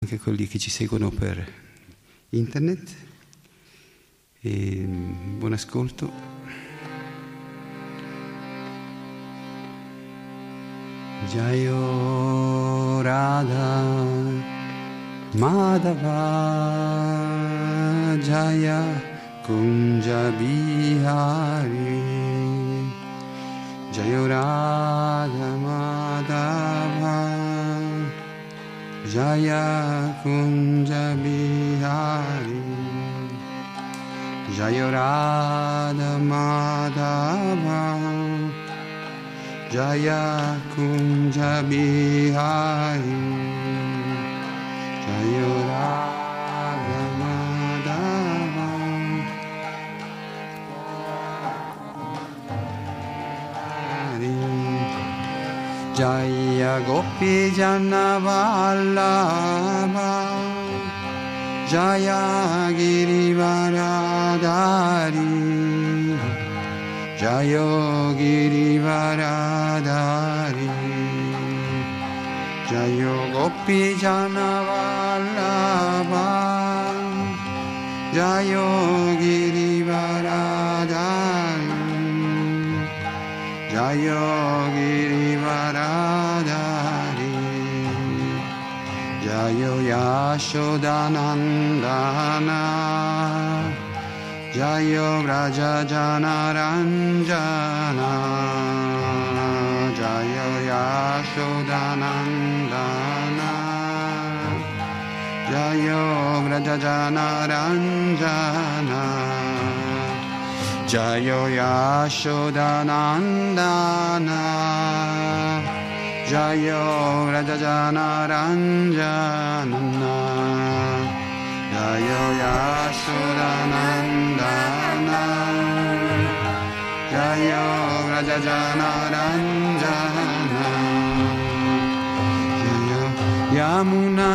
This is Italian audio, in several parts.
anche quelli che ci seguono per internet. E buon ascolto. Jayo Radha Madhava Jaya Kunja Bihari Jayo Radha Madhava Jaya Kunja Bihari Jayo Radha Madhava Jaya Kunja Bihari Jayo Radha Madhava Jaya Gopi Jana Vallabha Jaya Girivaradari Jayo Girivaradari Jayo Gopi Jana Vallabha Jayo Girivaradari Jayo Girivaradari Jayo Yashodanandana Jayo Vraja Janaranjana Jayo Yashodanandana Jayo Vraja Janaranjana Jayo Yashodanandana Jayo Vraja Janaranjana Jayo Yashodanandana Jayo Vraja Janaranjana Jayo Yamuna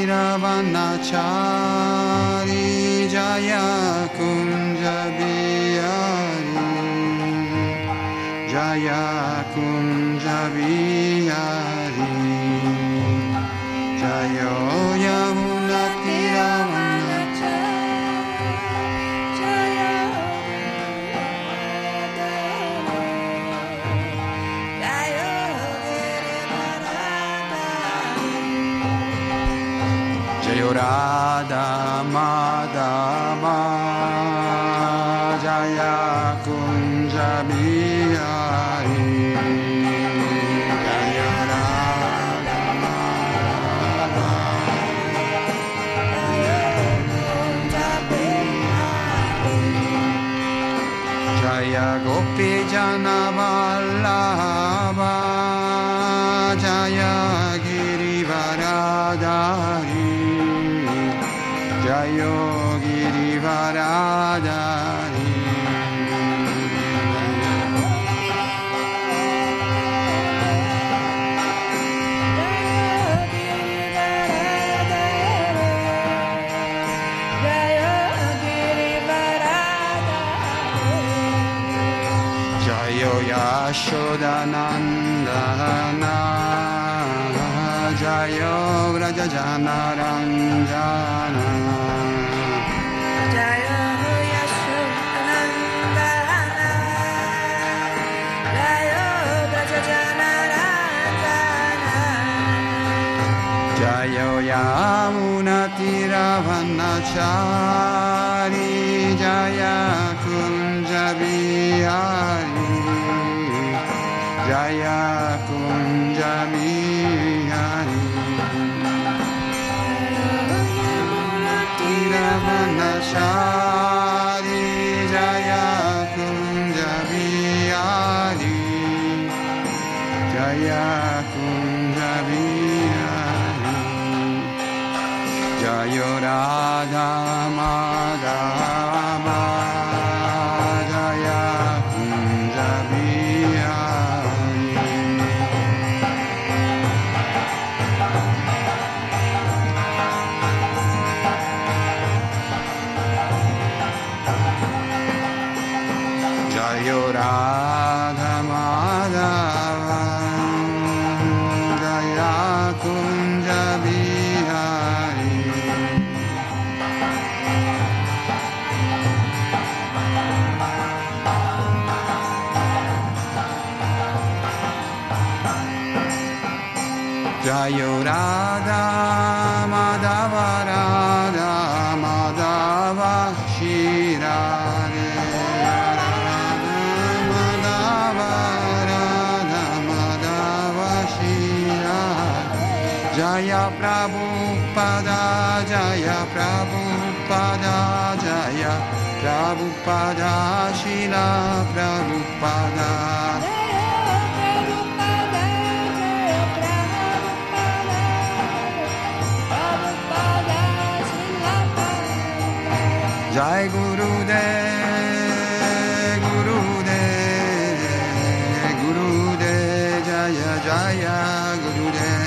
Tiravanachari Jaya Kunja Bihari Jaya Kunja Bihari Jayo Yamuna Jayo Radha Madhava Jaya Kunja Bihari Jayo Radha Madhava Jaya Kunja Bihari Jaya Gopi Jana Vallabha Jaya Girivaradari Jayo Girivaradari Jayo Yashodanandana Jayo Vraja Janaranjana Jayo Yashodanandana Jayo Vraja Janaranjana Jayo Yamuna Tiravanachari Jaya Kunja Bihari Jaya Kunja Bihari Tiravanachari Jaya Kunja Bihari Jaya Kunja Bihari Jayo Radha Madhava Jaya Kunja Bihari Jayo Radha Madhava Jaya Kunja Bihari Prabhupada Jaya, Prabhupada Jaya, Prabhupada Shila Prabhupada. Jai Gurudev, Gurudev, Gurudev, Jaya Jaya Gurudev.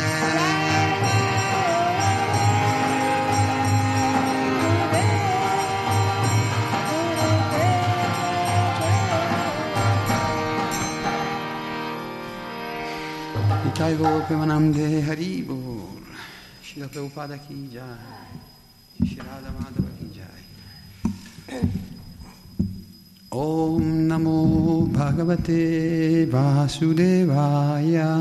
Nitai Gaur Premanande Haribol, Srila Prabhupada Ki Jai, Shri Radha Madhava Ki Jai. Om Namo Bhagavate Vasudevaya.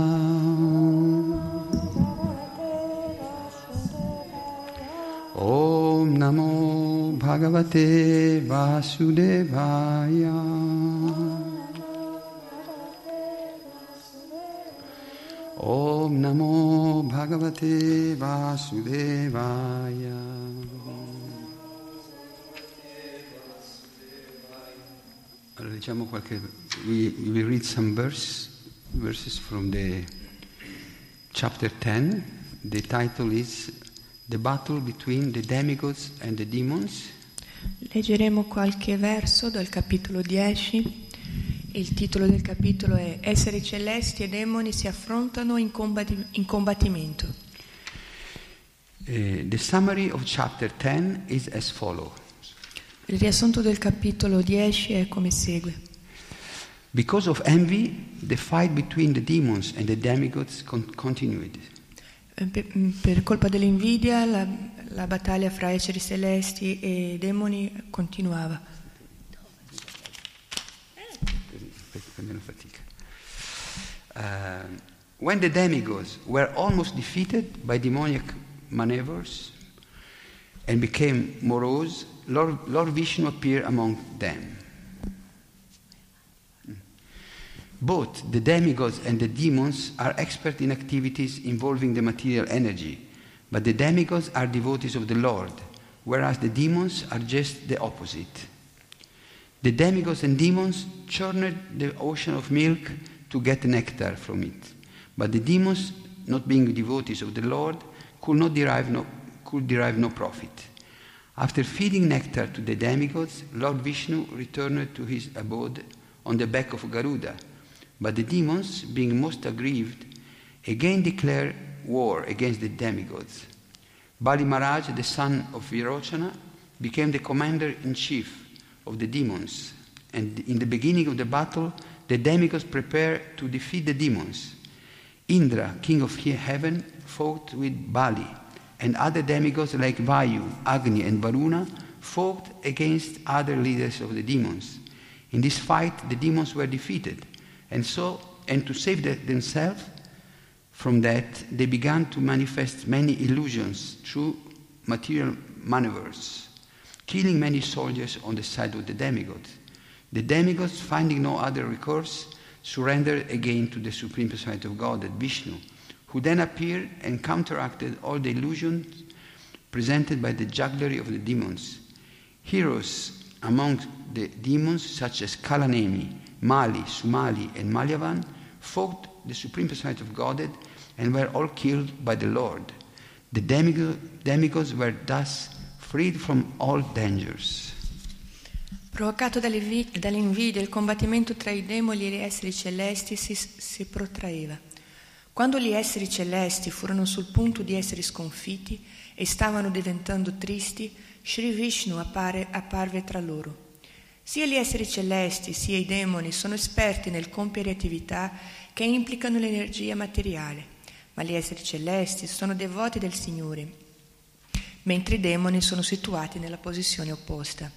Om Namo Bhagavate Vasudevaya. Om Namo Bhagavate Vasudevaya. Allora, diciamo we will read some verses from the chapter 10. The title is The Battle Between the Demigods and the Demons. Leggeremo qualche verso dal capitolo 10. Il titolo del capitolo è Esseri celesti e demoni si affrontano in combattimento. The summary of chapter 10 is as follows. Il riassunto del capitolo 10 è come segue. Because of envy, the fight between the demons and the demigods continued. Per colpa dell'invidia, la battaglia fra esseri celesti e demoni continuava. When the demigods were almost defeated by demoniac maneuvers and became morose, Lord Vishnu appeared among them. Both the demigods and the demons are expert in activities involving the material energy, but the demigods are devotees of the Lord, whereas the demons are just the opposite. The demigods and demons churned the ocean of milk to get nectar from it, but the demons, not being devotees of the Lord, could derive no profit. After feeding nectar to the demigods, Lord Vishnu returned to his abode on the back of Garuda, but the demons, being most aggrieved, again declared war against the demigods. Bali Maharaj, the son of Virochana, became the commander-in-chief of the demons, and in the beginning of the battle, the demigods prepared to defeat the demons. Indra, king of heaven, fought with Bali, and other demigods like Vayu, Agni, and Varuna fought against other leaders of the demons. In this fight, the demons were defeated, and to save themselves from that, they began to manifest many illusions through material maneuvers, killing many soldiers on the side of the demigods. The demigods, finding no other recourse, surrendered again to the Supreme Personality of God, Vishnu, who then appeared and counteracted all the illusions presented by the jugglery of the demons. Heroes among the demons, such as Kalanemi, Mali, Sumali, and Malyavan, fought the Supreme Personality of Godhead and were all killed by the Lord. The demigods were thus freed from all dangers. Provocato dall'invidia, il combattimento tra i demoni e gli esseri celesti si protraeva. Quando gli esseri celesti furono sul punto di essere sconfitti e stavano diventando tristi, Shri Vishnu apparve tra loro. Sia gli esseri celesti sia i demoni sono esperti nel compiere attività che implicano l'energia materiale, ma gli esseri celesti sono devoti del Signore, mentre i demoni sono situati nella posizione opposta.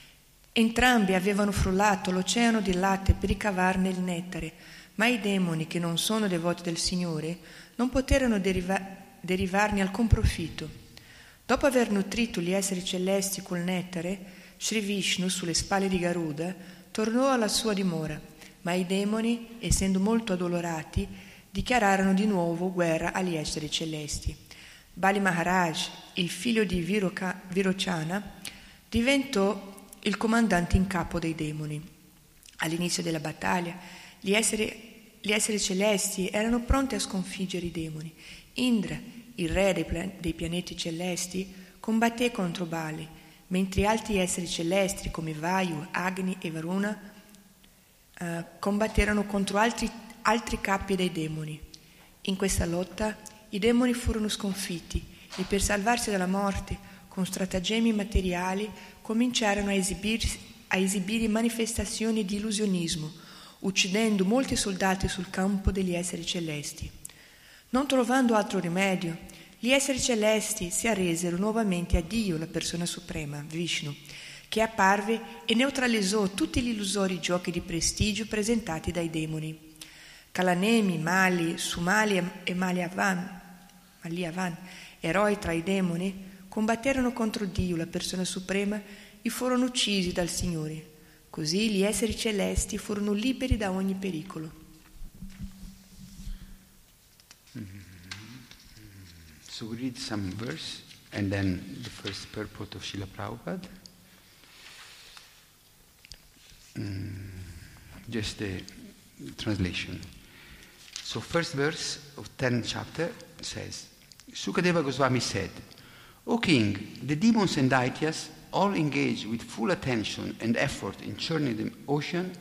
Entrambi avevano frullato l'oceano di latte per ricavarne il nettare, ma i demoni, che non sono devoti del Signore, non poterono derivarne alcun profitto. Dopo aver nutrito gli esseri celesti col nettare, Shri Vishnu, sulle spalle di Garuda, tornò alla sua dimora, ma i demoni, essendo molto addolorati, dichiararono di nuovo guerra agli esseri celesti. Bali Maharaj, il figlio di Virochana, diventò il comandante in capo dei demoni. All'inizio della battaglia, gli esseri celesti erano pronti a sconfiggere i demoni. Indra, il re dei pianeti celesti, combatté contro Bali, mentre altri esseri celesti come Vayu, Agni e Varuna combatterono contro altri capi dei demoni. In questa lotta i demoni furono sconfitti e per salvarsi dalla morte, con stratagemmi materiali, cominciarono a esibire manifestazioni di illusionismo, uccidendo molti soldati sul campo degli esseri celesti. Non trovando altro rimedio, gli esseri celesti si arresero nuovamente a Dio, la persona suprema, Vishnu, che apparve e neutralizzò tutti gli illusori giochi di prestigio presentati dai demoni. Kalanemi, Mali, Sumali e Maliavan, eroi tra i demoni, combatterono contro Dio, la persona suprema, e furono uccisi dal Signore. Così gli esseri celesti furono liberi da ogni pericolo. So we read some verse and then the first purport of Srila Prabhupada. Just the translation. So first verse of 10th chapter says, Sukadeva Goswami said, O king, the demons and daityas all engage with full attention and effort in churning the ocean.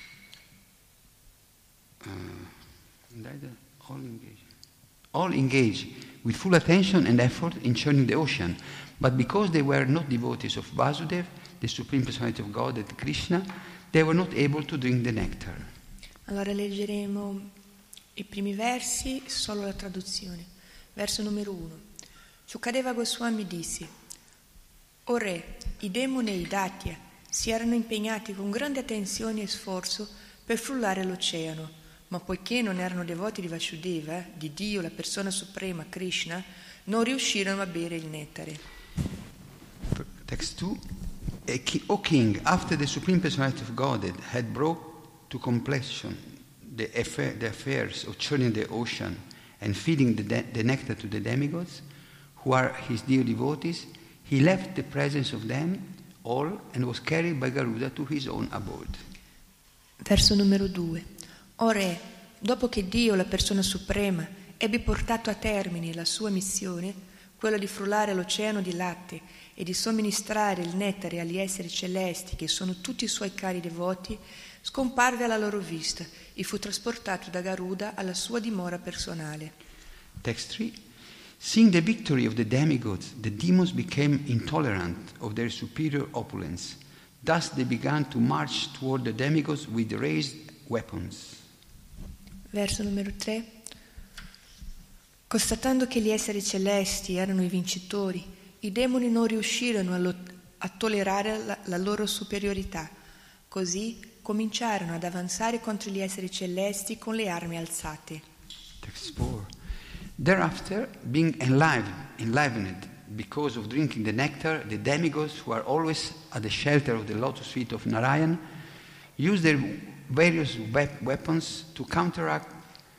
All engage with full attention and effort in churning the ocean, but because they were not devotees of Vasudev, the Supreme Personality of God, and Krishna, they were not able to drink the nectar. Allora leggeremo i primi versi, solo la traduzione. Verso numero 1. Sukadeva Goswami disse: O re, i demoni e i Daitya si erano impegnati con grande attenzione e sforzo per frullare l'oceano, ma poiché non erano devoti di Vasudeva, di Dio, la persona suprema, Krishna, non riuscirono a bere il nettare. Text 2. O king, after the Supreme Personality of Godhead had brought to completion the affairs of churning the ocean and feeding the nectar to the demigods, who are his dear devotees, he left the presence of them all and was carried by Garuda to his own abode. Verso numero 2. O re, dopo che Dio, la persona suprema, ebbe portato a termine la sua missione, quella di frullare l'oceano di latte e di somministrare il nettare agli esseri celesti, che sono tutti i suoi cari devoti, scomparve alla loro vista e fu trasportato da Garuda alla sua dimora personale. Text 3. Seeing the victory of the demigods, the demons became intolerant of their superior opulence. Thus they began to march toward the demigods with raised weapons. Verso numero 3. Constatando che gli esseri celesti erano i vincitori, i demoni non riuscirono a tollerare la loro superiorità. Così cominciarono ad avanzare contro gli esseri celesti con le armi alzate. Text 4. Thereafter, being enlivened because of drinking the nectar, the demigods, who are always at the shelter of the lotus feet of Narayan, used their various weapons to counterattack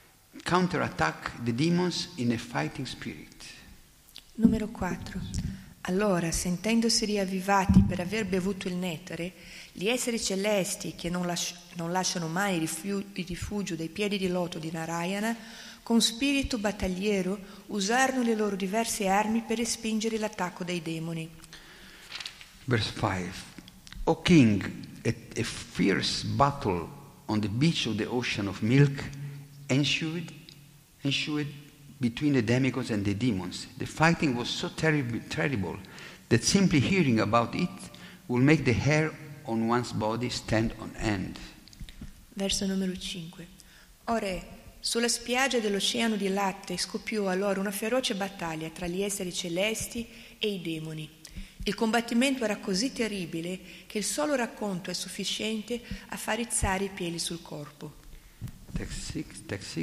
the demons in a fighting spirit. Numero 4. Allora, sentendosi riavvivati per aver bevuto il nettare, gli esseri celesti, che non lasciano mai il rifugio dai piedi di loto di Narayana, con spirito battagliero usarono le loro diverse armi per respingere l'attacco dei demoni. Verse 5. O king, a fierce battle on the beach of the ocean of milk ensued between the demigods and the demons. The fighting was so terrible that simply hearing about it will make the hair on one's body stand on end. Verso numero 5. O re, sulla spiaggia dell'oceano di latte scoppiò allora una feroce battaglia tra gli esseri celesti e i demoni. Il combattimento era così terribile che il solo racconto è sufficiente a far rizzare i peli sul corpo. Text 6.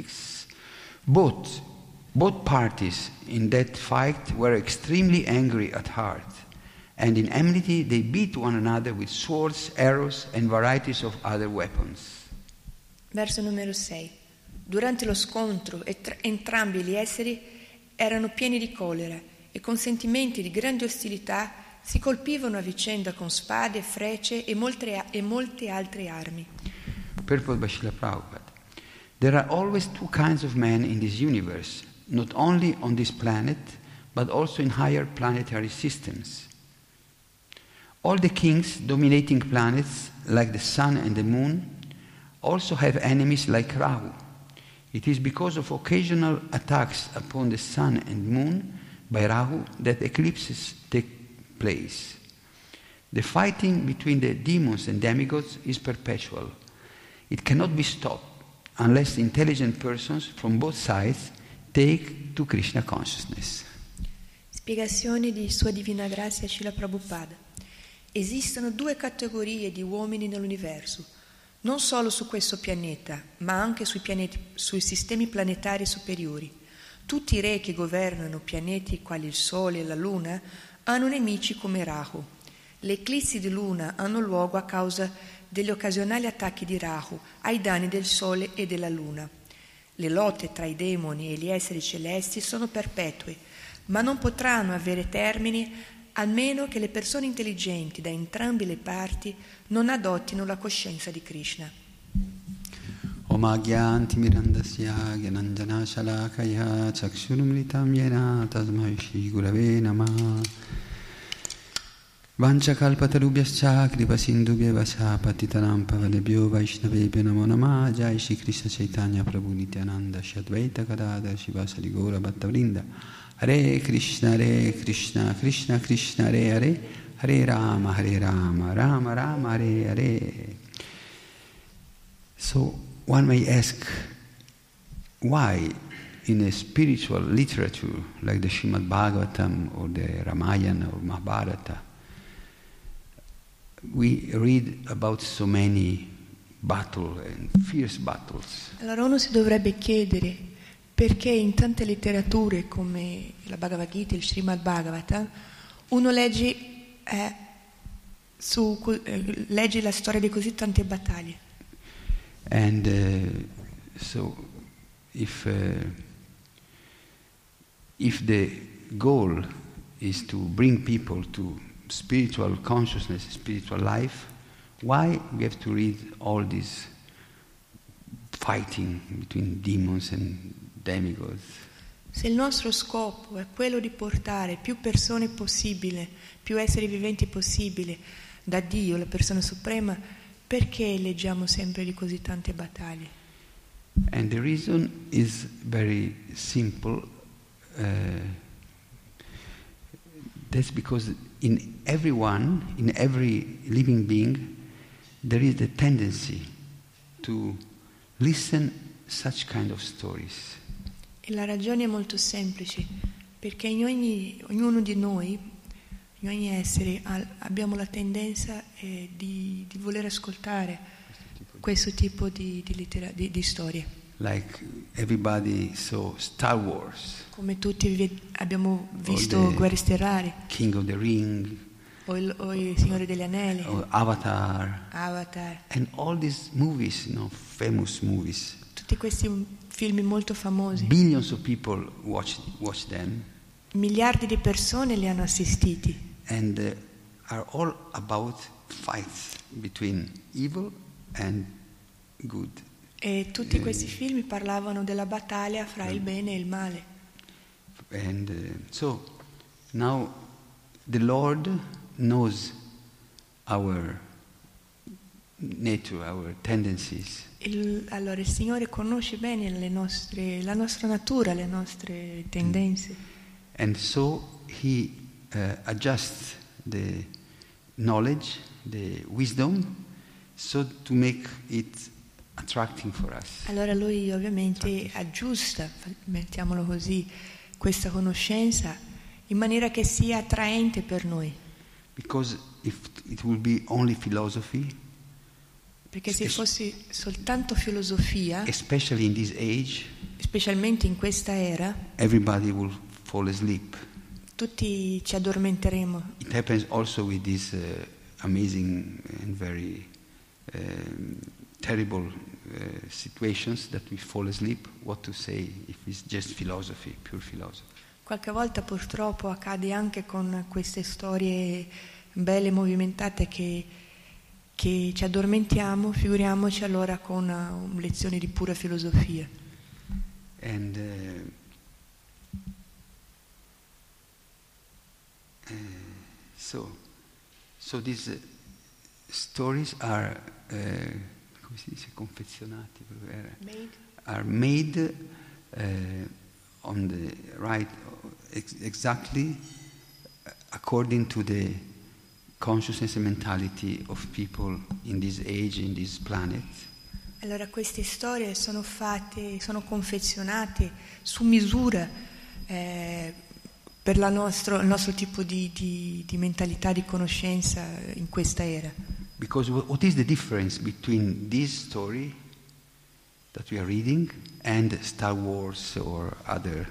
Both parties in that fight were extremely angry at heart, and in enmity they beat one another with swords, arrows, and varieties of other weapons. Verso numero 6. Durante lo scontro entrambi gli esseri erano pieni di collera e con sentimenti di grande ostilità si colpivano a vicenda con spade, frecce e molte altre armi. Purport by Srila Prabhupada. There are always two kinds of men in this universe, not only on this planet, but also in higher planetary systems. All the kings dominating planets, like the sun and the moon, also have enemies like Rahu. It is because of occasional attacks upon the sun and moon by Rahu that eclipses take place. The fighting between the demons and demigods is perpetual. It cannot be stopped unless intelligent persons from both sides take to Krishna consciousness. Spiegazioni di Sua Divina Grazia Srila Prabhupada. Esistono due categorie di uomini nell'universo, non solo su questo pianeta, ma anche sui sistemi planetari superiori. Tutti i re che governano pianeti quali il Sole e la Luna hanno nemici come Rahu. Le eclissi di Luna hanno luogo a causa degli occasionali attacchi di Rahu ai danni del Sole e della Luna. Le lotte tra i demoni e gli esseri celesti sono perpetue, ma non potranno avere termine almeno che le persone intelligenti da entrambe le parti non adottino la coscienza di Krishna. Om Agyanti Mirandasya Gyananjana Shalakaya Chakshurumritam Yena Tasmai Shri Gurave Namah Vanchakalpatarubhyascha Kripasindubhya Vasha Patitanam Pavanebhyo Vaishnavebhyo Namo Namah Jai Shri Krishna Chaitanya Prabhu Nityananda Shri Advaita Gadadhar Shivasari Gaura Bhattavrinda Hare Krishna, Krishna Krishna, Hare Hare, Hare Rama, Rama Rama, Hare Hare. So one may ask, why in a spiritual literature like the Srimad Bhagavatam or the Ramayana or Mahabharata, we read about so many battles and fierce battles? Allora uno si dovrebbe chiedere perché in tante letterature come la Bhagavad Gita, il Srimad Bhagavatam, uno legge la storia di così tante battaglie. And so if the goal is to bring people to spiritual consciousness, spiritual life, why we have to read all this fighting between demons and demigods? Se il nostro scopo è quello di portare più persone possibile, più esseri viventi possibile da Dio, la persona suprema, perché leggiamo sempre di così tante battaglie? And the reason is very simple. That's because in everyone, in every living being, there is the tendency to listen such kind of stories. E la ragione è molto semplice, perché ognuno di noi, in ogni essere, abbiamo la tendenza di voler ascoltare questo tipo di storie. Like everybody saw Star Wars. Come tutti abbiamo visto Guerre Stellari. King of the Ring. O il Signore degli Anelli. Or Avatar. And all these movies, famous movies. Tutti questi film molto famosi. Billions of people watch them. Miliardi di persone li hanno assistiti. And are all about fights between evil and good. E tutti questi film parlavano della battaglia fra il bene e il male. And so now the Lord knows our nature, our tendencies. Allora il Signore conosce bene la nostra natura, le nostre tendenze. And so He adjusts the knowledge, the wisdom, so to make it attracting for us. Allora Lui ovviamente aggiusta, mettiamolo così, questa conoscenza in maniera che sia attraente per noi. Because if it will be only philosophy, perché se fosse soltanto filosofia, especially in this age, specialmente in questa era, everybody will fall asleep. Tutti ci addormenteremo. It happens also with these amazing and very terrible situations that we fall asleep. What to say if it's just philosophy, pure philosophy? Qualche volta purtroppo accade anche con queste storie belle, movimentate, che ci addormentiamo, figuriamoci allora con lezioni di pura filosofia. And so these stories are come si dice, confezionati, are made on the right, exactly according to the consciousness and mentality of people in this age, in this planet. Allora queste storie sono confezionate su misura per il nostro tipo di mentalità, di conoscenza in questa era. Because what is the difference between this story that we are reading and Star Wars or other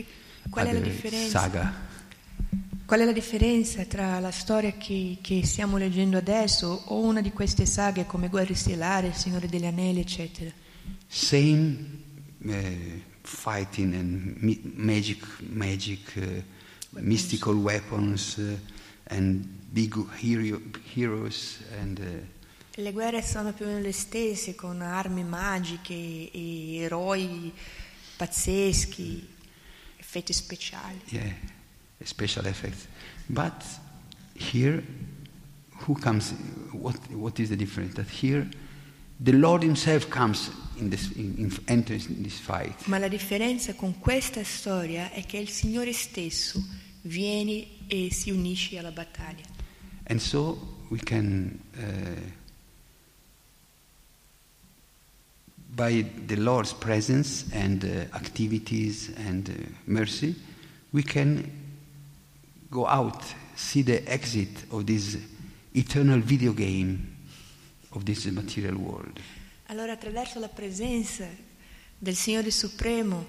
saga? Qual è la differenza tra la storia che stiamo leggendo adesso o una di queste saghe come Guerre Stellari, Il Signore degli Anelli, eccetera? Same fighting and magic, mystical weapons and big heroes and le guerre sono più o meno le stesse, con armi magiche e eroi pazzeschi, effetti speciali. Yeah, special effects. But here, who comes? What is the difference? That here, the Lord Himself comes enters in this fight. Ma la differenza con questa storia è che il Signore stesso viene e si unisce alla battaglia. And so we can, by the Lord's presence and activities and mercy, we can go out, see the exit of this eternal video game of this material world. Allora, attraverso la presenza del Signore Supremo,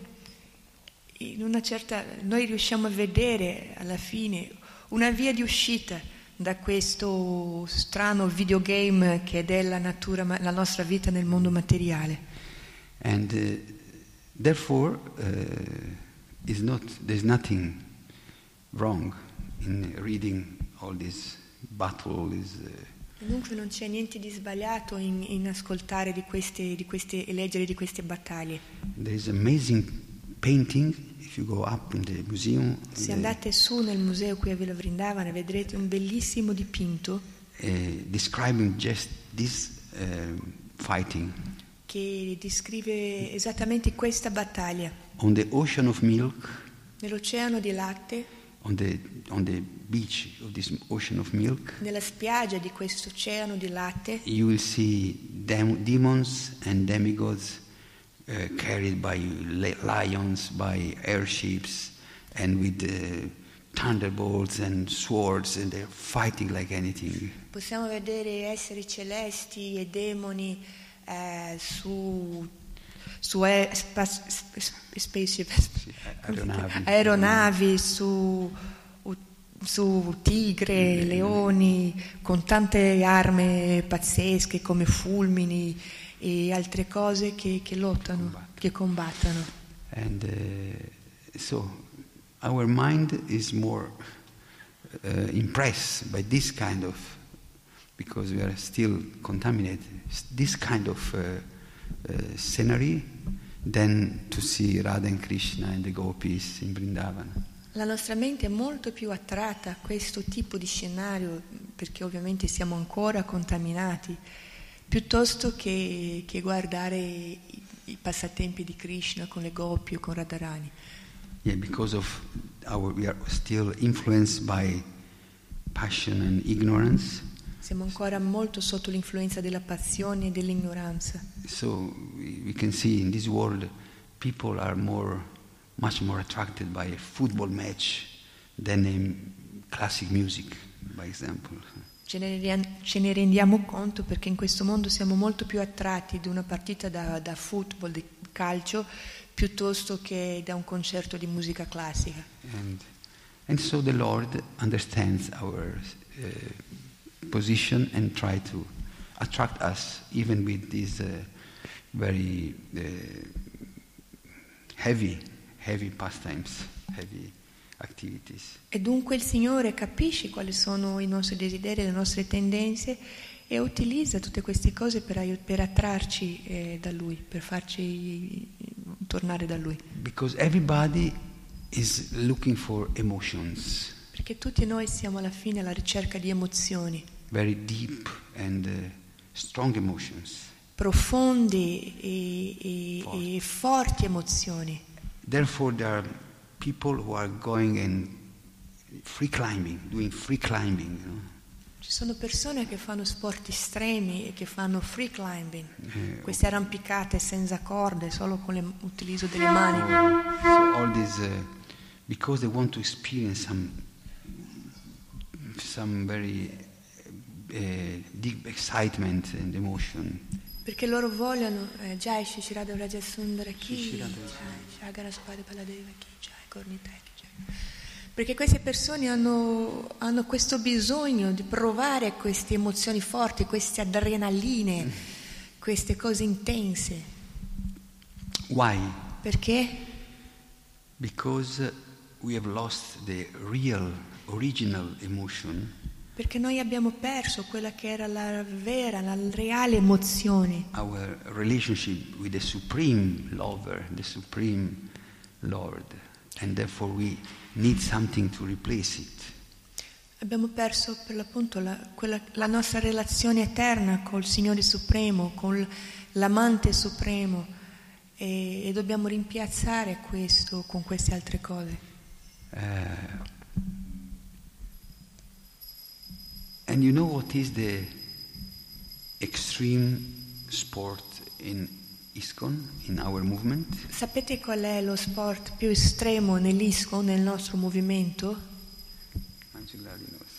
noi riusciamo a vedere alla fine una via di uscita da questo strano videogame che è la natura, la nostra vita nel mondo materiale. And therefore, there's nothing wrong in reading all this battle. Dunque non c'è niente di sbagliato in ascoltare di queste e leggere di queste battaglie. There is amazing painting. If you go up in the museum, se andate su nel museo qui a Villa Vrindavana vedrete un bellissimo dipinto describing just this fighting. Che descrive esattamente questa battaglia. On the ocean of milk. Nell'oceano di latte. On the beach of this ocean of milk. Nella spiaggia di questo oceano di latte. You will see demons and demigods carried by lions, by airships, and with thunderbolts and swords, and they're fighting like anything. Possiamo vedere esseri celesti e demoni su aeronavi, su tigre, leoni, con tante armi pazzesche come fulmini e altre cose che lottano, che combattono. And so our mind is more impressed by this kind of, because we are still contaminated, this kind of scenery than to see Radha and Krishna and the gopis in Vrindavana. La nostra mente è molto più attratta a questo tipo di scenario, perché ovviamente siamo ancora contaminati, piuttosto che guardare i passatempi di Krishna con le gopi o con Radharani. Yeah, because of we are still influenced by passion and ignorance. Siamo ancora molto sotto l'influenza della passione e dell'ignoranza. So we can see in this world people are much more attracted by a football match than a classic music, by example. Ce ne rendiamo conto perché in questo mondo siamo molto più attratti da una partita da football, di calcio, piuttosto che da un concerto di musica classica. And so the Lord understands our position and try to attract us even with these very heavy pastimes, heavy activities. E dunque il Signore capisce quali sono i nostri desideri, le nostre tendenze e utilizza tutte queste cose per attrarci da Lui, per farci tornare da Lui. Because everybody is looking for emotions, Perché tutti noi siamo alla fine alla ricerca di emozioni very deep and strong emotions. profonde e forti emozioni. Therefore, there are people who are going and doing free climbing. Ci sono persone che fanno sport estremi e che fanno free climbing, queste arrampicate senza corde, solo con l'utilizzo delle mani. So all this, because they want to experience some very deep excitement and emotion. Perché loro vogliono Jai Shri Radha Vraja Sundara Ki Shri Jai, Radha. Shagara Spada Baladeva Ki Jai, Gornita Ki Jai. Perché queste persone hanno questo bisogno di provare queste emozioni forti, queste adrenaline, queste cose intense. Why? Perché? Because we have lost the real, original emotion. Perché noi abbiamo perso quella che era la vera, la reale emozione. Our relationship with the supreme lover, the supreme Lord, and therefore we need something to replace it. Abbiamo perso per l'appunto la nostra relazione eterna col Signore Supremo, con l'amante supremo e dobbiamo rimpiazzare questo con queste altre cose. And you know what is the extreme sport in ISKCON, in our movement? Sapete qual è lo sport più estremo nell'ISKCON, nel nostro movimento? Angelari knows.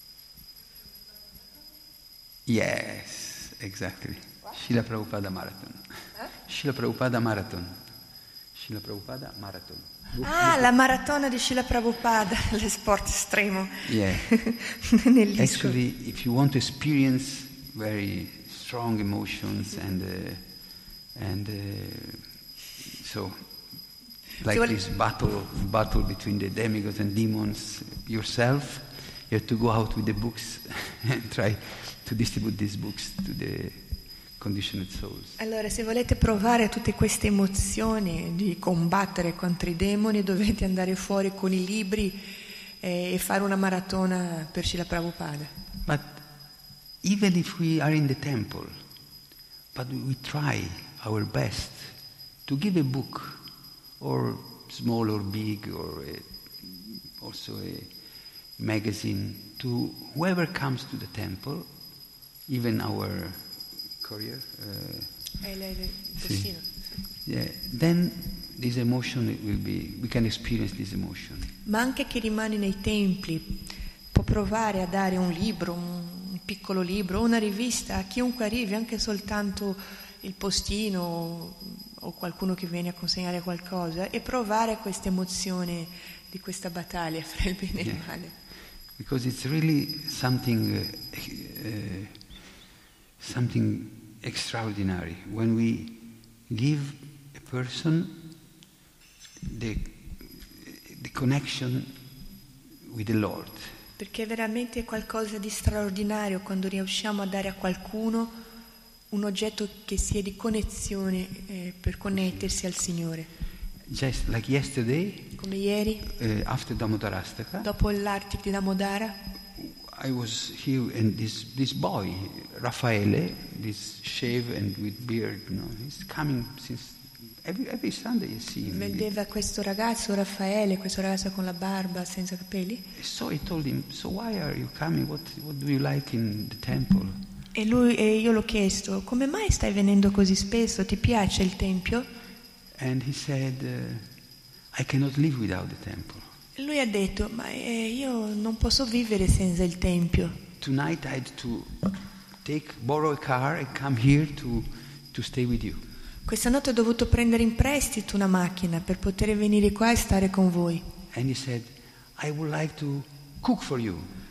Yes, exactly. Srila Prabhupada Marathon. Srila Prabhupada Marathon. Srila Prabhupada Marathon. Ah, la maratona di Srila Prabhupada, lo sport estremo. Yeah. Nell'ISKCON. Actually, if you want to experience very strong emotions and so like vuole- this battle between the demigods and demons yourself, you have to go out with the books and try to distribute these books to the conditioned souls. Allora, se volete provare tutte queste emozioni di combattere contro i demoni, dovete andare fuori con i libri e fare una maratona per Srila Prabhupada. But even if we are in the temple, but we try our best to give a book, or small or big, or also a magazine, to whoever comes to the temple, even our courier. Il Sì. postino. Yeah, then this emotion will be, we can experience this emotion. Ma anche chi rimane nei templi può provare a dare un libro, un piccolo libro, una rivista a chiunque arrivi, anche soltanto il postino o qualcuno che viene a consegnare qualcosa, e provare questa emozione di questa battaglia fra il bene e il male. Because it's really something extraordinary when we give a person the connection with the Lord. Perché è veramente qualcosa di straordinario quando riusciamo a dare a qualcuno un oggetto che sia di connessione per connettersi al Signore. Just like yesterday, Come ieri, after Damodarastaka, dopo l'Artik di Damodara, I was here and this boy, Raffaele, this shave and with beard, he's coming since every Sunday you see him. vedeva questo ragazzo Raffaele, questo ragazzo con la barba senza capelli, So I told him, so why are you coming? What do you like in the temple? e io l'ho chiesto: come mai stai venendo così spesso? Ti piace il tempio? And he said, I cannot live without the temple. E lui ha detto: ma io non posso vivere senza il tempio. Tonight I had to borrow a car and come here to stay with you. Questa notte ho dovuto prendere in prestito una macchina per poter venire qua e stare con voi. And he said, I would like to cook for you.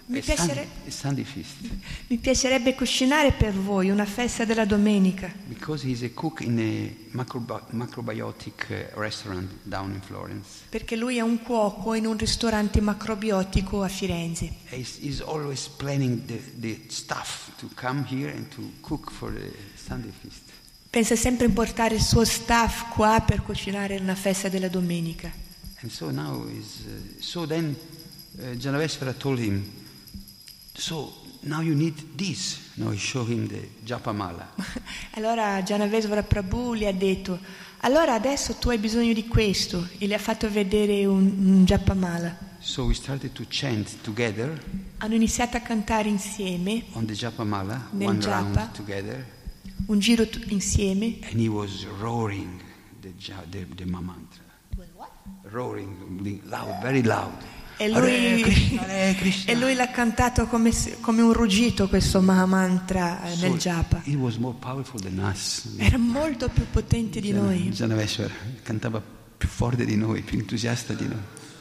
Sunday feast. Mi piacerebbe cucinare per voi una festa della domenica. Because he's a cook in a macrobiotic restaurant down in Florence. Perché lui è un cuoco in un ristorante macrobiotico a Firenze. He's always planning the stuff to come here and to cook for the Sunday feast. Pensa sempre a portare il suo staff qua per cucinare una festa della domenica. And so now then Janavesvara told him, so now you need this. No, he showed him the Japamala. Allora Janavesvara Prabhu gli ha detto, allora adesso tu hai bisogno di questo, e gli ha fatto vedere un Japamala. So we started to chant together. Hanno iniziato a cantare insieme On the Japamala, nel one Japa, round together. un giro insieme. And he was roaring the mantra. Roaring, loud, very loud. E lui, Hare Krishna. e lui l'ha cantato come un ruggito questo Mahamantra nel Japa. He was more powerful than us. Era molto più potente di noi. Janavesvara cantava più forte di noi, più entusiasta di noi.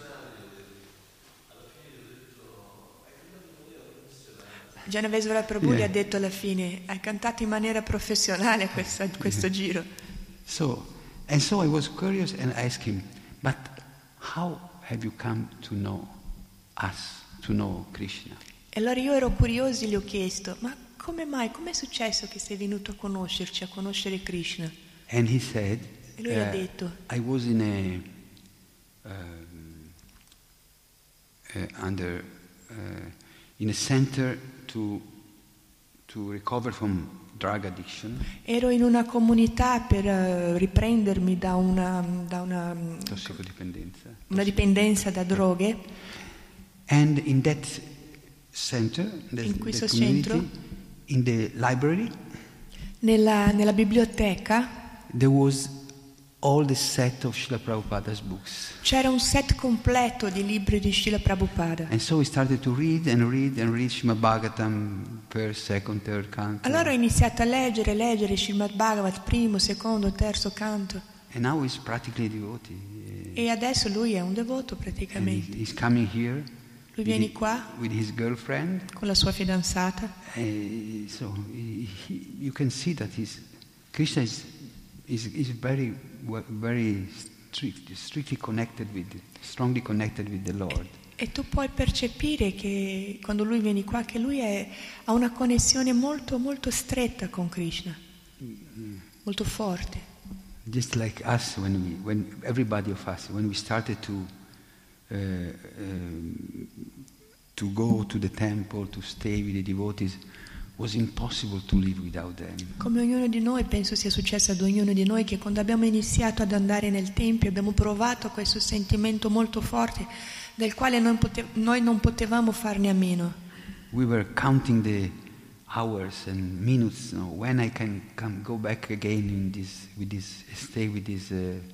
Janavesvara Prabhu gli ha detto alla fine, hai cantato in maniera professionale questo giro. So I was curious and asked him, but how have you come to know us, to know Krishna? E allora io ero curiosa e gli ho chiesto, ma come mai, com'è successo che sei venuto a conoscerci, a conoscere Krishna? And he said, E lui ha detto, I was in a center to recover from drug addiction. Ero in una comunità per riprendermi da una Tossicodipendenza. una dipendenza da droghe. And in that center, In questo that community, centro, in the library, nella biblioteca there was all the set of Srila Prabhupada's books. c'era un set completo di libri di Srila Prabhupada. And so we started to read Srimad Bhagavatam, first, second, third canto. Allora ho iniziato a leggere Srimad Bhagavat, primo, secondo, terzo canto. And now he's practically devotee. E adesso lui è un devoto And praticamente. he's coming here Lui viene qua with his girlfriend. con la sua fidanzata. So you can see that Krishna is very strictly connected strongly connected with the Lord. E tu puoi percepire che quando lui viene qua che lui ha una connessione molto molto stretta con Krishna, molto forte. Just like us, when everybody of us, when we started to go to the temple, to stay with the devotees, was impossible to live without them. Come ognuno di noi, penso sia successo ad ognuno di noi, che quando abbiamo iniziato ad andare nel tempio abbiamo provato questo sentimento molto forte del quale noi non potevamo farne a meno. We were counting the hours and minutes, when I can go back again stay with these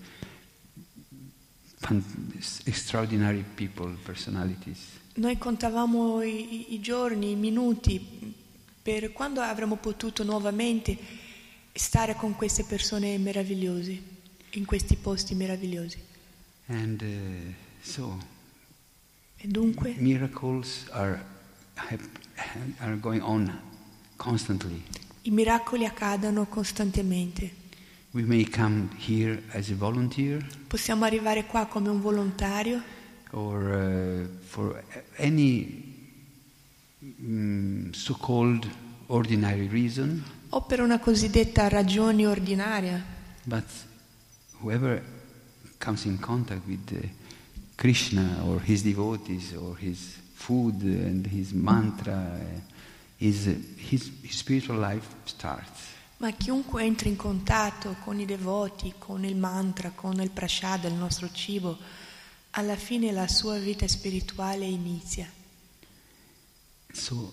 extraordinary people, personalities. Noi contavamo i giorni, i minuti per quando avremmo potuto nuovamente stare con queste persone meravigliose, in questi posti meravigliosi. And E dunque miracles are going on constantly. i miracoli accadono costantemente. We may come here as a volunteer Possiamo arrivare qua come un volontario or for any so-called ordinary reason, o per una cosiddetta ragione ordinaria. but whoever comes in contact with Krishna or his devotees or his food and his mantra, his spiritual life starts. Ma chiunque entra in contatto con i devoti, con il mantra, con il prasada, il nostro cibo, alla fine la sua vita spirituale inizia. So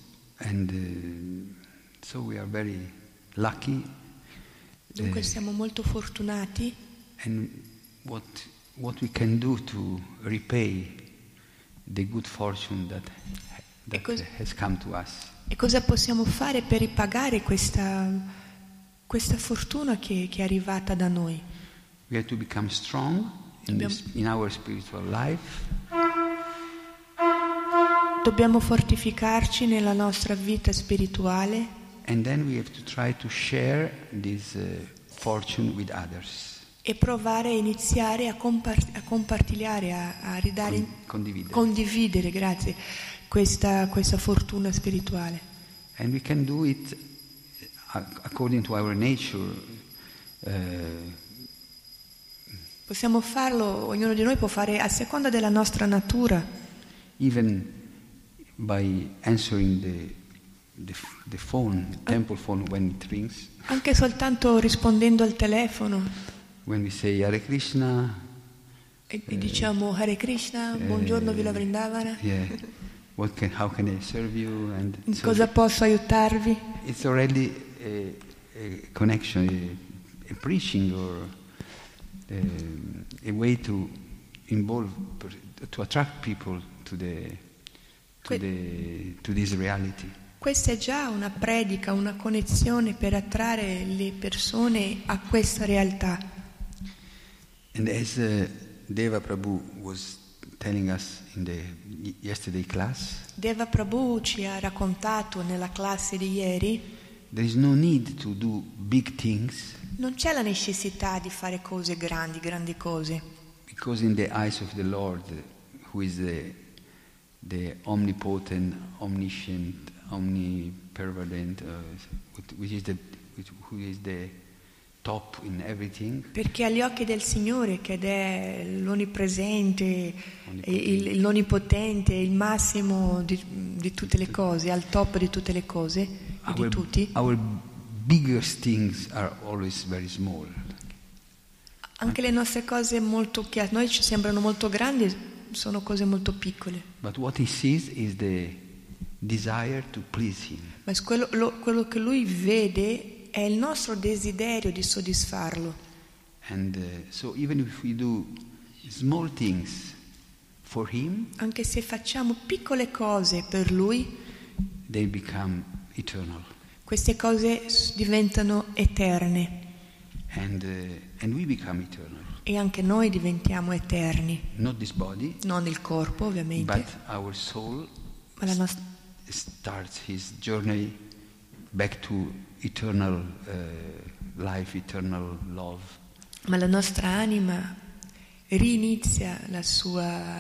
we are very lucky. Dunque siamo molto fortunati. And what we can do to repay the good fortune that has come to us. E cosa possiamo fare per ripagare questa fortuna che è arrivata da noi? We have to become strong in our spiritual life, Dobbiamo fortificarci nella nostra vita spirituale and then we have to try to share this fortune with others. e provare a iniziare a compartigliare, a ridare, condividere, grazie, questa fortuna spirituale. And we can do it according to our nature. Possiamo farlo, ognuno di noi può fare a seconda della nostra natura. Even by answering the phone, temple phone when it rings. Anche soltanto rispondendo al telefono. When we say Hare Krishna. E diciamo Hare Krishna, buongiorno Vila Vrindavana. Yeah. How can I serve you? And in cosa posso aiutarvi? It's already a connection, a preaching or a way to involve, to attract people to this reality. Questa è già una predica, una connessione per attrarre le persone a questa realtà. And as Deva Prabhu was telling us in the yesterday class, Deva Prabhu ci ha raccontato nella classe di ieri, there is no need to do big things. Non c'è la necessità di fare cose grandi cose. Because in the eyes of the Lord, who is the omnipotent, omniscient, omnipervadent, who is the top in everything. Perché agli occhi del Signore, che è l'onnipresente, l'onnipotente, il massimo di tutte le cose, al top di tutte le cose e di tutti. Our biggest things are always very small. Anche le nostre cose che a noi ci sembrano molto grandi sono cose molto piccole. But what he sees is the desire to please him. Ma quello che lui vede è il nostro desiderio di soddisfarlo. And so even if we do small things for him, anche se facciamo piccole cose per lui, they become eternal. Queste cose diventano eterne. And we become eternal. E anche noi diventiamo eterni. Not this body, non il corpo, ovviamente. But our soul starts his journey back to eternal life, eternal love. Ma la nostra anima rinizia il suo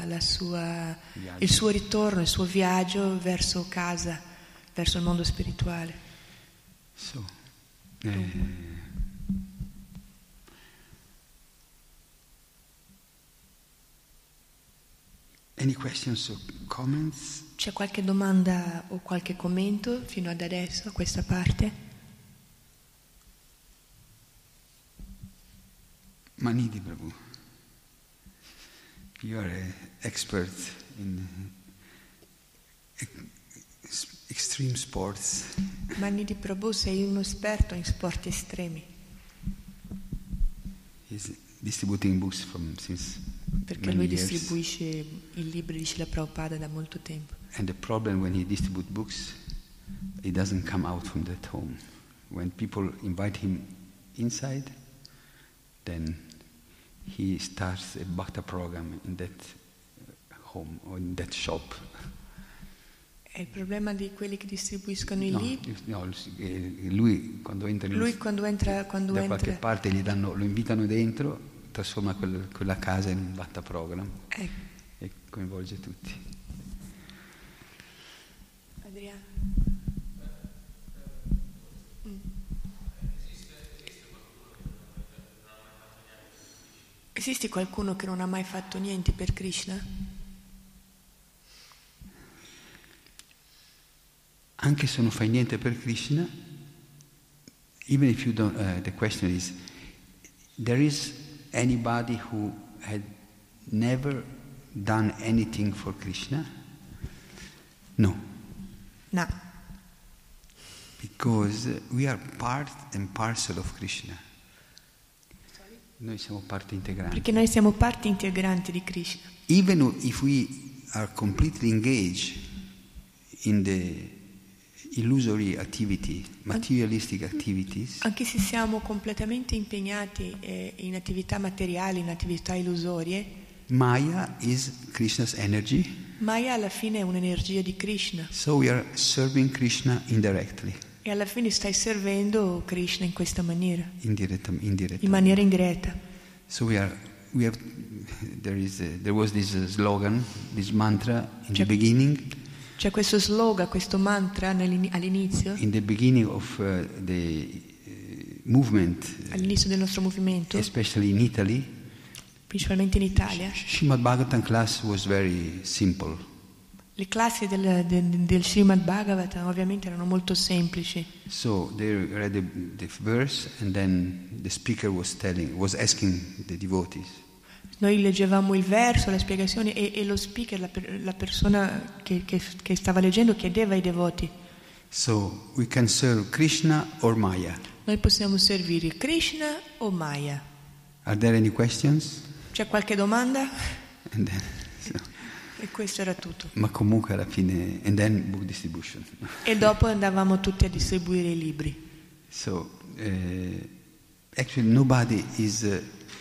ritorno, il suo viaggio verso casa, verso il mondo spirituale. So, any questions or comments? C'è qualche domanda o qualche commento fino ad adesso a questa parte? Manidi Prabhu, you are an expert in extreme sports. Manidi Prabhu, sei uno esperto in sport estremi. He's distributing books since perché lui distribuisce i libri di Srila Prabhupada da molto tempo. And the problem when he distributes books, he doesn't come out from that home. When people invite him inside, then he starts a bhakta program in that home or in that shop. È il problema di quelli che distribuiscono i libri. No, lui quando entra da qualche parte lo invitano dentro, trasforma quella casa in un bhakta program e coinvolge tutti. Adriano. Esiste qualcuno che non ha mai fatto niente per Krishna? Anche se non fai niente per Krishna, even if you don't, the question is, there is anybody who had never done anything for Krishna? No. No. Because we are part and parcel of Krishna. Noi siamo parte integrante. Perché noi siamo parte integrante di Krishna. Even if we are completely engaged in the illusory activity, materialistic activities. Anche se siamo completamente impegnati in attività materiali, in attività illusorie. Maya is Krishna's energy. Maya alla fine è un'energia di Krishna. So we are serving Krishna indirectly. E alla fine stai servendo Krishna in questa maniera, Indirectly. in maniera indiretta. So there was this slogan, this mantra in the beginning. C'è questo slogan, questo mantra all'inizio, In the beginning of the movement, all'inizio del nostro movimento, especially in Italy, principalmente in Italia. Srimad Bhagavatam class was very simple. Le classi del Srimad Bhagavatam ovviamente erano molto semplici. So they read the verse, and then the speaker was asking the devotees. Noi leggevamo il verso, la spiegazione e lo speaker, la persona che stava leggendo, chiedeva ai devoti: So we can serve Krishna or Maya. noi possiamo servire Krishna o Maya? Are there any questions? C'è qualche domanda? And then, E questo era tutto. ma comunque alla fine, and then book distribution. E dopo andavamo tutti a distribuire i libri. So actually nobody is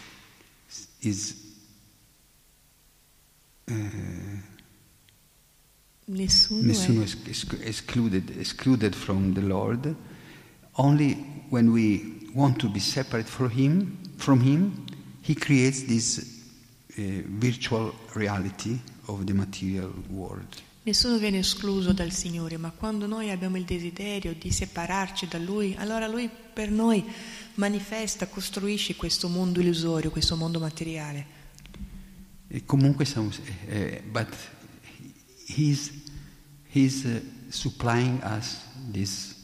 Nessuno is excluded from the Lord. Only when we want to be separate from Him, He creates this virtual reality of the material world. Nessuno viene escluso dal Signore, ma quando noi abbiamo il desiderio di separarci da Lui, allora Lui per noi manifesta, costruisce questo mondo illusorio, questo mondo materiale. E comunque but He's supplying us this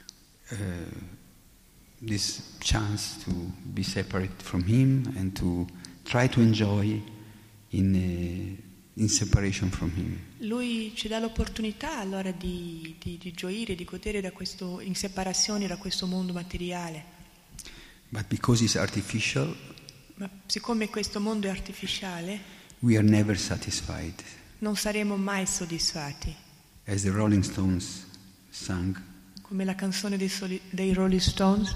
chance to be separate from Him and to try to enjoy in separation from Him. Lui ci dà l'opportunità allora di gioire, di godere da questo, in separazione da questo mondo materiale. But because it's artificial, Ma siccome questo mondo è artificiale, we are never satisfied. non saremo mai soddisfatti. As the Rolling Stones sang. Come la canzone dei Rolling Stones.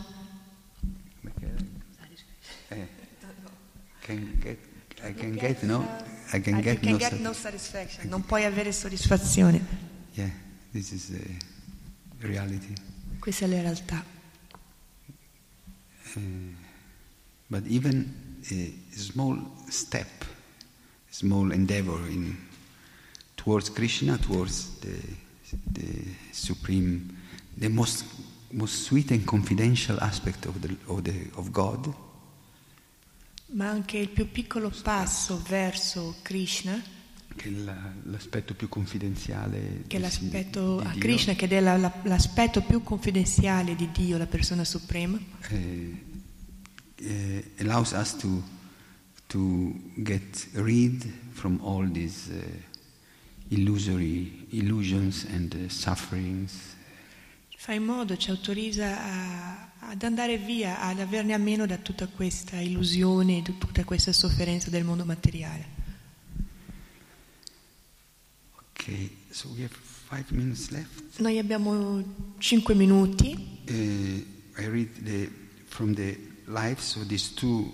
I can get no satisfaction. Non puoi avere soddisfazione. Yeah, this is the reality. Questa è la realtà. But even a small step, small endeavor towards Krishna, towards the supreme, the most sweet and confidential aspect of God. Ma anche il più piccolo passo verso Krishna, che è l'aspetto più confidenziale, che è l'aspetto di a Dio, Krishna, che è l'aspetto più confidenziale di Dio, la persona suprema, allows us to get rid from all these illusions and sufferings. fa in modo, ci autorizza ad andare via, ad averne a meno da tutta questa illusione, da tutta questa sofferenza del mondo materiale. Okay, so we have 5 minutes left. Noi abbiamo 5 minuti. I read from the lives of these two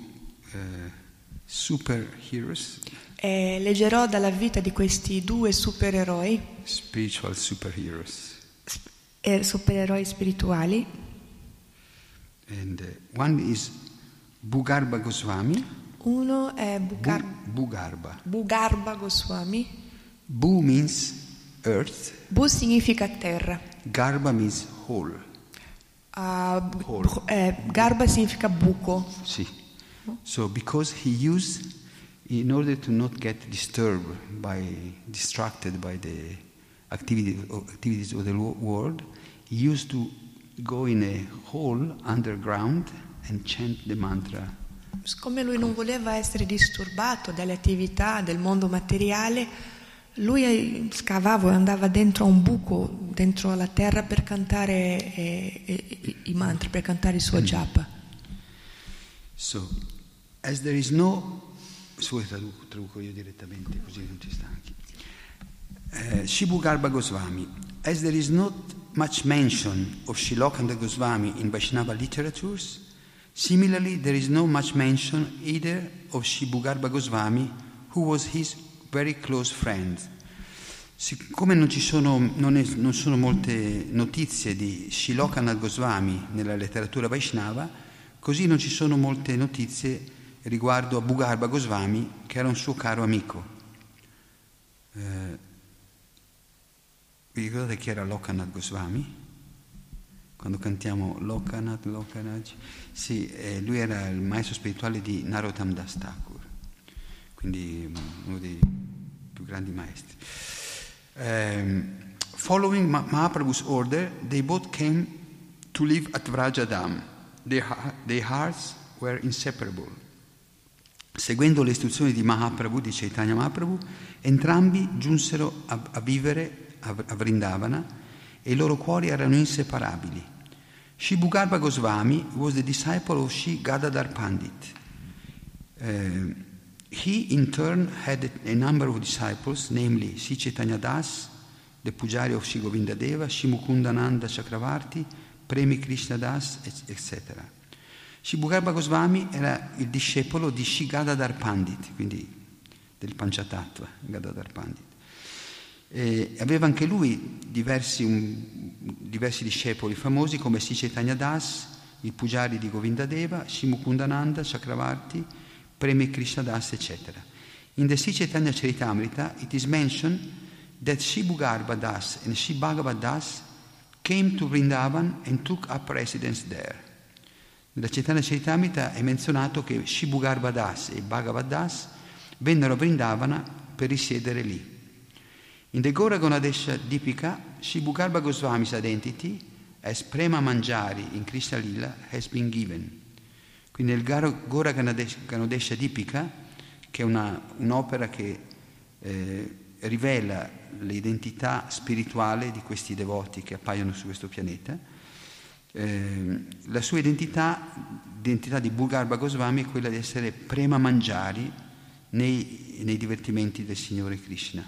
superheroes. Leggerò dalla vita di questi due supereroi, Spiritual superheroes. Supereroi spirituali. And one is Bhugarba Goswami. Uno è Bhugarba Goswami. Bu means earth. Bu significa terra. Garba means hole. Garba significa buco. Sì. So because he used, in order to not get distracted by the activities of the world, he used to go in a hole underground and chant the mantra. Siccome lui non voleva essere disturbato dalle attività del mondo materiale, lui scavava e andava dentro a un buco, dentro alla terra per cantare i mantra, per cantare il suo japa. So, as there is no... traduco io direttamente così non ci stanchi. Shibhugarba Goswami. As there is not much mention of Shilokanda Goswami in Vaishnava literatures, similarly there is no much mention either of Shibhugarba Goswami, who was his very close friend. Siccome non sono molte notizie di Shilokanath Goswami nella letteratura Vaishnava, così non ci sono molte notizie riguardo a Bhugarbha Goswami, che era un suo caro amico. Vi ricordate chi era Lokanath Goswami? Quando cantiamo Lokanath, sì, lui era il maestro spirituale di Narottam Das Thakur, quindi uno dei più grandi maestri. Following Mahaprabhu's order, they both came to live at Vrajadam. Their hearts were inseparable. Seguendo le istruzioni di Mahaprabhu, di Chaitanya Mahaprabhu, entrambi giunsero a vivere a Vrindavana e i loro cuori erano inseparabili. Shri Bhugarbha Goswami was the disciple of Shri Gadadhar Pandit. He in turn had a number of disciples, namely Sri Chaitanya Das, the Pujari of Shri Govinda Deva, Shri Mukundananda Chakravarti, Premi Krishna Das, etc. Shri Bhugarbha Goswami era il discepolo di Shri Gadadhar Pandit, quindi del Panchatattva, Gadadhar Pandit. E aveva anche lui diversi discepoli famosi come Sri Chaitanya Das, il Pujari di Govinda Deva, Shri Mukundananda Chakravarti, Premi Krishna Das, etc. In the Sri Chaitanya Charitamrita, it is mentioned that Shri Bhugarbha Das and Shri Bhagavad Das came to Vrindavan and took up residence there. Nella Chaitanya Charitamrita è menzionato che Shri Bhugarbha Das e Bhagavad Das vennero a Vrindavana per risiedere lì. In the Gaura Ganadesha Dipika, Shri Bhugarbha Goswami's identity as Prema Manjari in Krishna Lila has been given. Quindi nel Gaura Ganadesha Dipika, che è un'opera che rivela l'identità spirituale di questi devoti che appaiono su questo pianeta, la sua l'identità di Bhugarbha Goswami è quella di essere Prema Manjari nei divertimenti del Signore Krishna.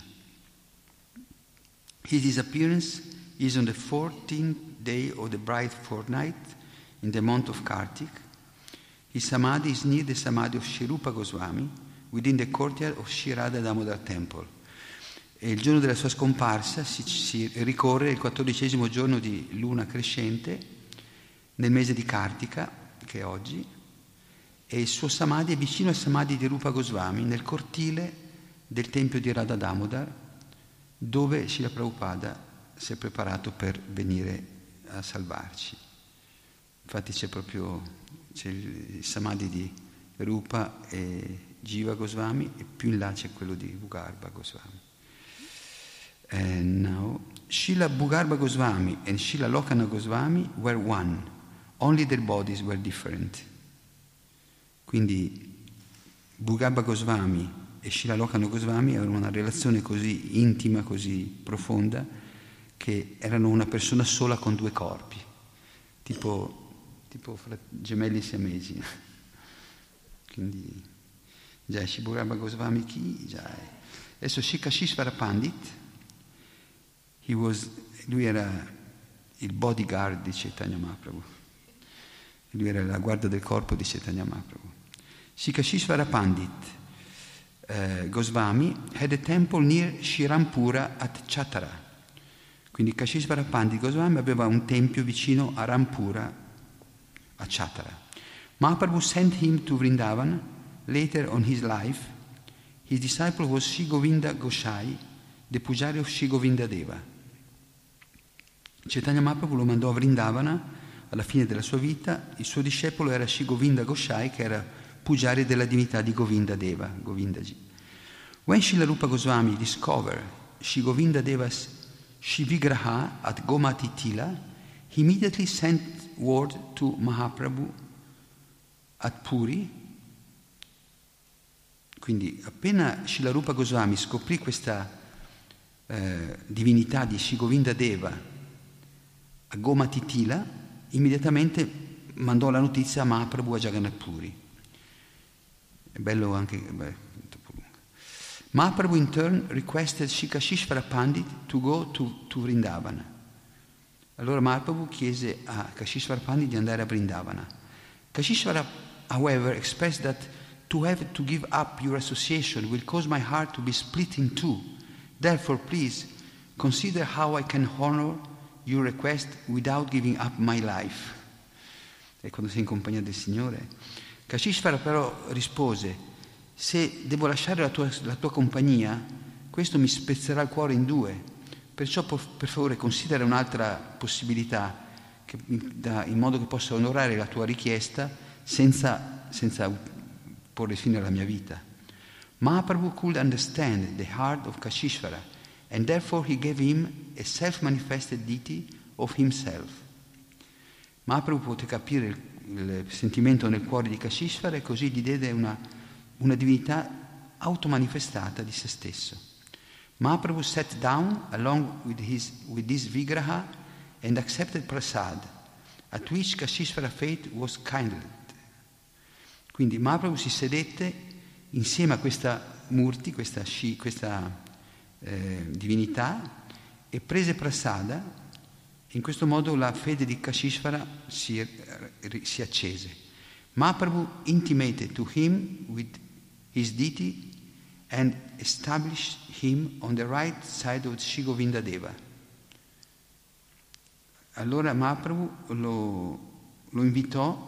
His disappearance is on the 14th day of the bright fortnight in the month of Kartik. His samadhi is near the samadhi of Shri Rupa Goswami within the courtyard of Shri Radha Damodar Temple. E il giorno della sua scomparsa si ricorre il 14° giorno di luna crescente nel mese di Kartika, che è oggi, e il suo samadhi è vicino al samadhi di Rupa Goswami nel cortile del tempio di Radha Damodar, dove Srila Prabhupada si è preparato per venire a salvarci. Infatti c'è il samadhi di Rupa e Jiva Goswami e più in là c'è quello di Bhugarbha Goswami. And now, Srila Bhugarbha Goswami and Srila Lokanath Goswami were one, only their bodies were different. Quindi Bhugarbha Goswami e Srila Lokanath Goswami avevano una relazione così intima, così profonda, che erano una persona sola con due corpi, tipo gemelli siamesi. Quindi Jai Shri Bhugarbha Goswami Ki Jai. Adesso Shri Kashishvara Pandit, lui era il bodyguard di Chaitanya Mahaprabhu, lui era la guardia del corpo di Chaitanya Mahaprabhu. Shri Kashishvara Pandit Goswami had a temple near Shirampura at Chatara. Quindi Kashishvara Pandit Goswami aveva un tempio vicino a Rampura, a Chatara. Mahaprabhu sent him to Vrindavan later on his life. His disciple was Shri Govinda Goshai, the Pujari of Shri Govinda Deva. Chaitanya Mahaprabhu lo mandò a Vrindavana alla fine della sua vita. Il suo discepolo era Shri Govinda Goshai, che era Pujari della divinità di Govinda Deva, Govindaji. When Srila Rupa Goswami discovered Shri Govinda Deva's Shri Vigraha at Gomati Tila, he immediately sent word to Mahaprabhu at Puri. Quindi appena Srila Rupa Goswami scoprì questa divinità di Shri Govinda Deva a Gomati Tila, immediatamente mandò la notizia a Mahaprabhu a Jagannath Puri. È bello anche, troppo lungo. Mahaprabhu in turn requested Shri Kashishvara Pandit to go to Vrindavana. Allora Mahaprabhu chiese a Kashishvara Pandit di andare a Vrindavana. Kashishvara, however, expressed that to have to give up your association will cause my heart to be split in two. Therefore, please Consider how I can honor your request without giving up my life. E quando sei in compagnia del Signore, Kashishvara però rispose: se devo lasciare la tua compagnia, questo mi spezzerà il cuore in due, perciò per favore considera un'altra possibilità in modo che possa onorare la tua richiesta senza porre fine alla mia vita. Mahaprabhu could understand the heart of Kashishvara, and therefore he gave him a self-manifested deity of himself. Mahaprabhu poté capire il sentimento nel cuore di Kashishvara e così gli diede una divinità automanifestata di se stesso. Mahaprabhu sat down along with this Vigraha and accepted prasad, at which Kashishvara fate was kindled. Quindi Mahaprabhu si sedette insieme a questa Murti, questa divinità, e prese prasada. In questo modo la fede di Kashishvara si accese. Mahaprabhu intimated to him with his deity and established him on the right side of Sri Govinda Deva. Allora Mahaprabhu lo invitò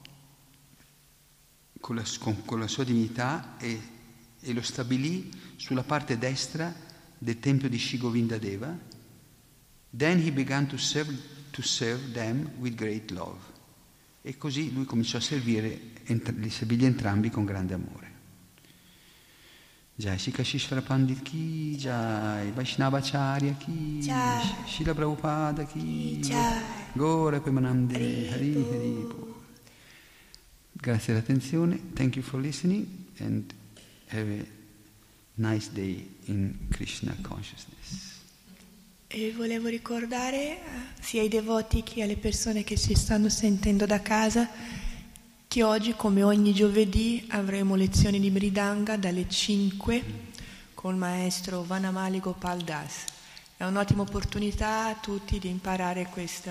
con la sua divinità e lo stabilì sulla parte destra del tempio di Sri Govinda Deva. Then he began to serve them with great love. E così lui cominciò a servirli entrambi con grande amore. Jai Shri Kashishvara Pandit ki Jai, Vaishnavacharya ki Jai, Srila Prabhupada ki Jai, Gaura Premanande Hari Hari Bol. Grazie dell'attenzione, thank you for listening and have a nice day in Krishna consciousness. E volevo ricordare sia ai devoti che alle persone che ci stanno sentendo da casa che oggi, come ogni giovedì, avremo lezioni di Mridanga dalle 5 col maestro Vanamali Gopal Das. È un'ottima opportunità a tutti di imparare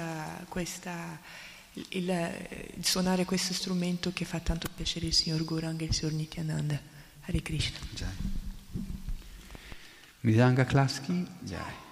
il suonare questo strumento che fa tanto piacere il signor Gauranga e il signor Nityananda. Hare Krishna. Jai. Mridanga Klasky, Jai.